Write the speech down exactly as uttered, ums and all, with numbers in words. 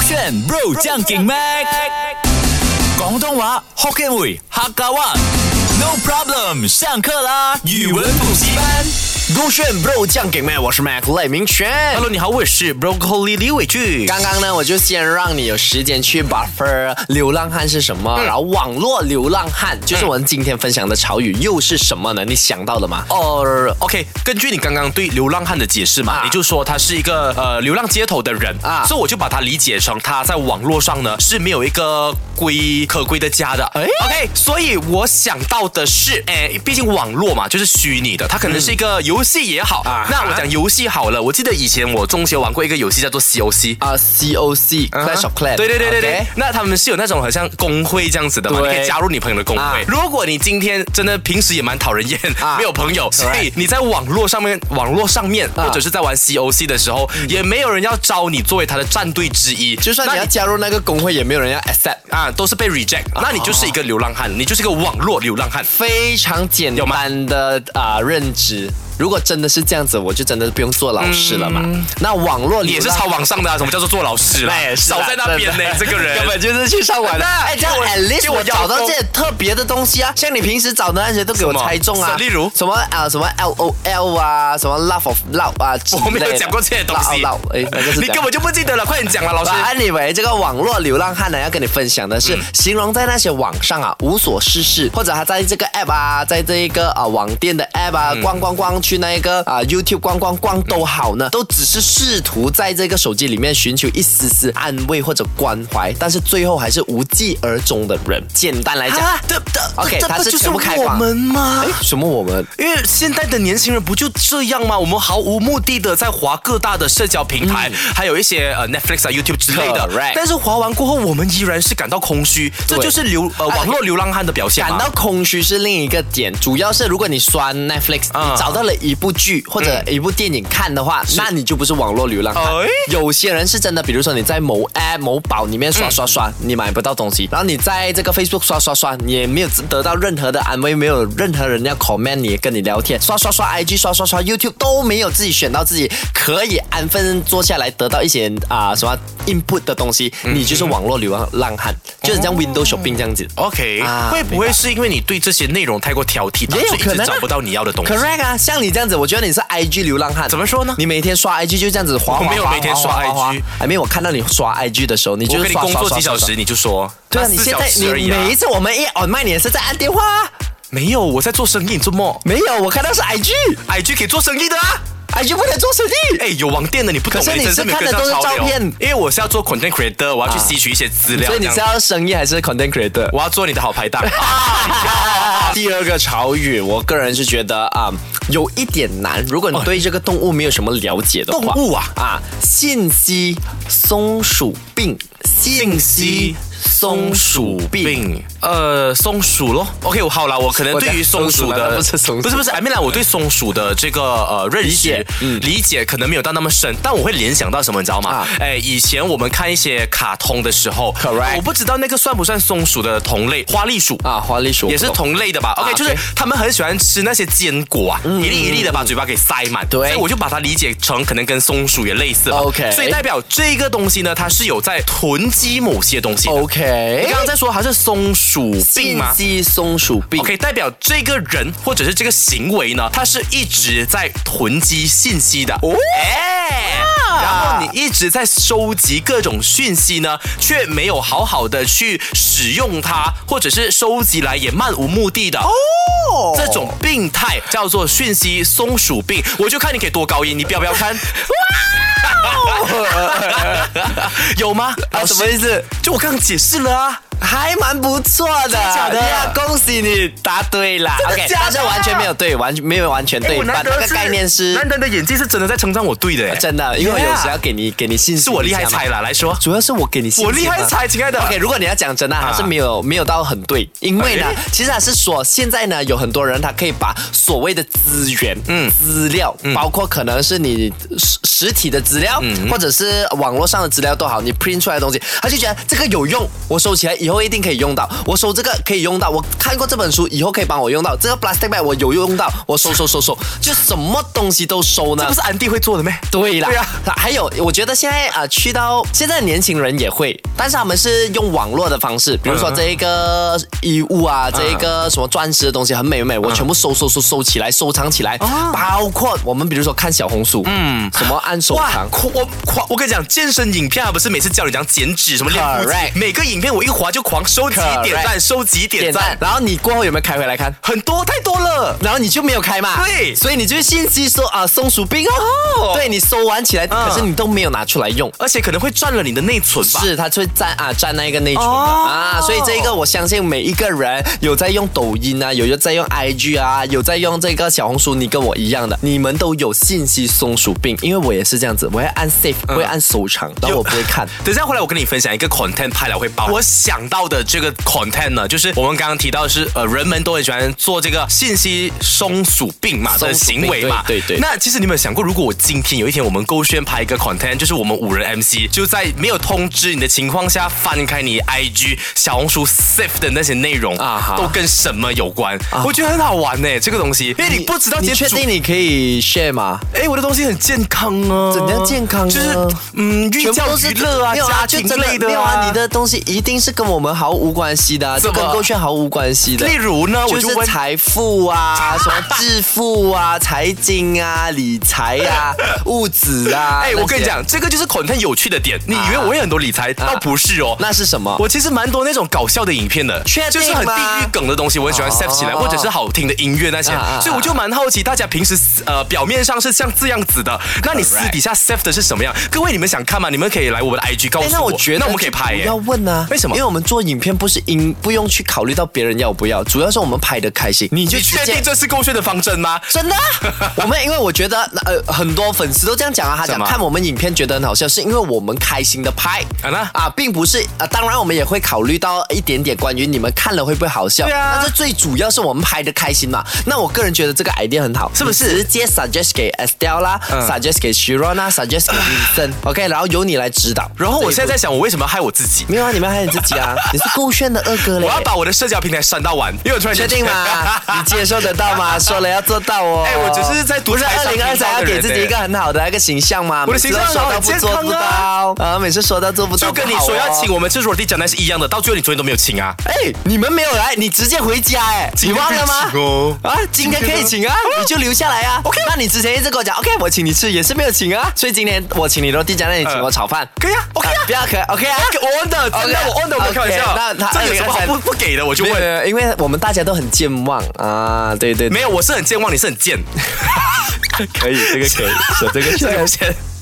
炫 Bro 將勁 Mac 廣東話 Hokkien 會客家話 No problem 上課啦語文補習班勾炫 Bro 酱给妹，我是 Mac 赖明全。 Hello， 你好，我是 Broccoli 李伟俊。 刚刚呢，我就先让你有时间去 buffer 流浪汉是什么，嗯、然后网络流浪汉就是我们今天分享的潮语又是什么呢？你想到了吗？ 哦、呃、，OK， 根据你刚刚对流浪汉的解释嘛，啊、你就说他是一个呃流浪街头的人啊，所以我就把它理解成他在网络上呢是没有一个归可归的家的。哎 ，OK， 所以我想到的是，哎，毕竟网络嘛就是虚拟的，它可能是一个游戏也好。嗯那我讲游戏好了，我记得以前我中学玩过一个游戏叫做 C O C 啊 ，C O C Clash of Clans。 对对对对对。Okay. 那他们是有那种好像工会这样子的嘛，你可以加入你朋友的工会。啊、如果你今天真的平时也蛮讨人厌，啊、没有朋友，所以你在网络上面，网络上面、啊、或者是在玩 C O C 的时候，嗯、也没有人要招你作为他的战队之一。 就算你要加入那个工会，也没有人要 accept 啊，都是被 reject。那你就是一个流浪汉，你就是一个网络流浪汉。 非常简单的啊、呃、认知。如果真的是这样子，我就真的不用做老师了嘛。嗯、那网络也是超网上的啊，什么叫做做老师啦？少在那边呢，这个人根本就是去上网的。哎，这样 at least 我找到这些特别的东西啊，像你平时找的那些都给我猜中啊。 例如什么啊，什么 L O L 啊，什么 Love of Love 啊， 我没有讲过这些东西。 哎，那个是你根本就不记得了，快点讲了，老师。 Anyway， 这个网络流浪汉呢，要跟你分享的是，嗯、形容在那些网上啊无所事事，或者他在这个 app 啊，在这一个啊网店的 app 啊，嗯、逛逛逛去那一个啊。YouTube 逛逛逛都好呢，都只是试图在这个手机里面寻求一丝丝安慰或者关怀，但是最后还是无疾而终的人。简单来讲，啊、对对 ，OK， 他是全部开光。 我们吗？ 什么我们？ 因为现在的年轻人不就这样吗？我们毫无目的的在滑各大的社交平台，嗯、还有一些呃 Netflix 啊、YouTube 之类的。Correct. 但是滑完过后，我们依然是感到空虚，这就是流呃网络流浪汉的表现。 感到空虚是另一个点，主要是如果你刷 Netflix，、嗯、你找到了一部剧。或者一部电影看的话，嗯、那你就不是网络流浪汉。哎、有些人是真的，比如说你在某 app 某宝里面刷刷刷，嗯、你买不到东西，然后你在这个 Facebook 刷刷刷，你也没有得到任何的安慰，没有任何人要 comment 你跟你聊天，刷刷刷 I G 刷刷刷 YouTube 都没有自己选到自己可以安分坐下来得到一些啊、呃、什么 input 的东西，嗯、你就是网络流浪汉，嗯、就是像 Windows Shopping 这样子。 OK，、啊、会不会是因为你对这些内容太过挑剔，导致一直找不到你要的东西 ？Correct 啊，像你这样子，我觉得你是 I G 流浪汉。 怎么说呢？ 你每天刷 I G 就这样子滑滑滑， 我没有每天刷 I G。 I mean， 我看到你刷 I G 的时候，你就是刷我跟你工作几小时，你就说。 对啊，你现在你每一次我们一 online 你也是在按电话。 没有，我在做生意，你做么？ 没有，我看到是 I G，I G 可以做生意的啊。 I G 不能做生意， 哎，有网店的你不懂， 可是你是看的都是照片， 因为我是要做 content creator， 我要去吸取一些资料， 所以你是要生意还是 content creator？ 我要做你的好拍档。 第二个潮语，我个人是觉得啊、嗯，有一点难。如果你对这个动物没有什么了解的话， 动物啊啊，信息松鼠病，信息。松鼠病， 呃，松鼠咯。OK， 好了，我可能对于松鼠的不是松鼠， 不是不是 ，I mean 啦，我对松鼠的这个呃认识、嗯、理解可能没有到那么深，但我会联想到什么，你知道吗？啊、哎，以前我们看一些卡通的时候 ，Correct， 我不知道那个算不算松鼠的同类，花栗鼠啊，花栗鼠也是同类的吧 ？OK， 就是他们很喜欢吃那些坚果啊，嗯、一粒一粒的把嘴巴给塞满， 对， 所以我就把它理解成可能跟松鼠也类似吧 OK， 所以代表这个东西呢，它是有在囤积某些东西的 OK。 你刚刚在说它是松鼠病吗？ 信息松鼠病 ，OK， 代表这个人或者是这个行为呢，他是一直在囤积信息的。哦，哎，然后你一直在收集各种讯息呢，却没有好好的去使用它，或者是收集来也漫无目的的。哦，这种病态叫做讯息松鼠病。我就看你可以多高音，你不要不要看？有吗？ 啊，什么意思？ 就我刚刚解释了啊。 还蛮不错的， 假的呀！恭喜你答对了 ，OK， 但是完全没有对，完全没有完全对，把那个概念是， 难得的演技是真的在称赞我对的， 真的，因为有时要给你给你信息， 是我厉害猜了，来说， 主要是我给你信息， 我厉害猜，亲爱的 ，OK， 如果你要讲真的，还是没有没有到很对，因为呢，其实还是说现在呢，有很多人他可以把所谓的资源、嗯资料，包括可能是你实实体的资料，或者是网络上的资料都好，你 print 出来的东西，他就觉得这个有用，我收起来。 以后一定可以用到，我收这个可以用到，我看过这本书以后可以帮我用到，这个 plastic bag 我有用到，我收收收收，就什么东西都收呢？ 这不是安迪会做的咩？ 对啦， 对啊， 还有我觉得现在啊、呃，去到现在的年轻人也会，但是他们是用网络的方式，比如说这一个衣物啊，这一个什么钻石的东西很美很美，我全部收收收收起来，收藏起来，包括我们比如说看小红书，嗯，什么按收藏， 我我我跟你讲，健身影片啊，不是每次教你讲减脂什么练腹肌，每个影片我一滑就狂收集点赞，收集点赞， 然后你过后有没有开回来看？ 很多太多了， 然后你就没有开嘛， 对， 所以你就信息收啊松鼠病哦，对你收完起来，可是你都没有拿出来用， 而且可能会占了你的内存吧？ 是，它就会占啊占那个内存啊，所以这个我相信每一个人有在用抖音啊，有在用 I G 啊，有在用这个小红书，你跟我一样的，你们都有信息松鼠病，因为我也是这样子，我会按 save，我会按收藏，然后我不会看。 等一下回来我跟你分享一个 content 拍了会爆。我想到的这个 content 呢，就是我们刚刚提到的是呃，人们都很喜欢做这个信息松鼠病嘛的行为嘛。 对 对, 对。 那其实你有没有想过，如果我今天有一天我们勾选拍一个 content， 就是我们五人 M C 就在没有通知你的情况下翻开你 I G、小红书 save 的那些内容啊，都跟什么有关？啊、我觉得很好玩呢，这个东西，因为你不知道你确定你可以 share 吗？ 哎，我的东西很健康啊， 怎样健康？ 就是嗯，寓教于乐啊，家庭类的没有啊，你的东西一定是跟我们毫无关系的、啊，就跟勾选毫无关系的。 例如呢，我就是财富啊，什么致富啊，财经啊，理财啊，物质啊。 哎，我跟你讲，这个就是 content 有趣的点。你以为我会很多理财，倒不是哦。 那是什么？ 我其实蛮多那种搞笑的影片的，就是很地狱梗的东西，我很喜欢 save 起来，或者是好听的音乐那些。所以我就蛮好奇，大家平时呃表面上是像这样子的，那你私底下 save 的是什么样？各位你们想看吗？你们可以来我们的 I G 告诉我。 那我觉得那我们可以拍耶。 不要问啊， 为什么？ 因为我们做影片不是因不用去考虑到别人要不要，主要是我们拍的开心。你就你确定这是勾选的方针吗？ 真的、啊，我们因为我觉得呃很多粉丝都这样讲啊，他讲看我们影片觉得很好笑，是因为我们开心的拍啊呢啊，并不是啊。当然我们也会考虑到一点点关于你们看了会不会好笑，对啊。但是最主要是我们拍的开心嘛。那我个人觉得这个 idea 很好， 是不是？ 直接 suggest 给 Estelle 啦、嗯、，suggest 给 Sharon 啦 ，suggest 给 Vincent，OK， 然后由你来指导。 然后我现在在想，我为什么要害我自己？ 没有啊，你们害你自己啊！你是勾选的二哥嘞。 我要把我的社交平台删到完，因为我突然确定吗？你接受得到吗？说了要做到哦。 哎，我只是在读。 不是二零二三要给自己一个很好的一个形象吗？ 我的形象说到不做不到啊，每次说到做不到， 就跟你说要请我们吃裸地讲的是一样的，到最后你昨天都没有请啊。 哎，你们没有来，你直接回家哎，你忘了吗？啊，今天可以请啊，你就留下来啊。OK， 那你之前一直跟我讲 ，OK， 我请你吃也是没有请啊，所以今天我请你裸地讲，那你请我炒饭， 可以啊 ，OK 啊， 不要可 OK 啊， 我 on 的，真的我 on 的，我没开玩笑。 那他这有什么好不不给的？我就问， 因为我们大家都很健忘啊，对对， 没有，我是很健忘，你是很贱。 可以，这个可以，说这个这个先。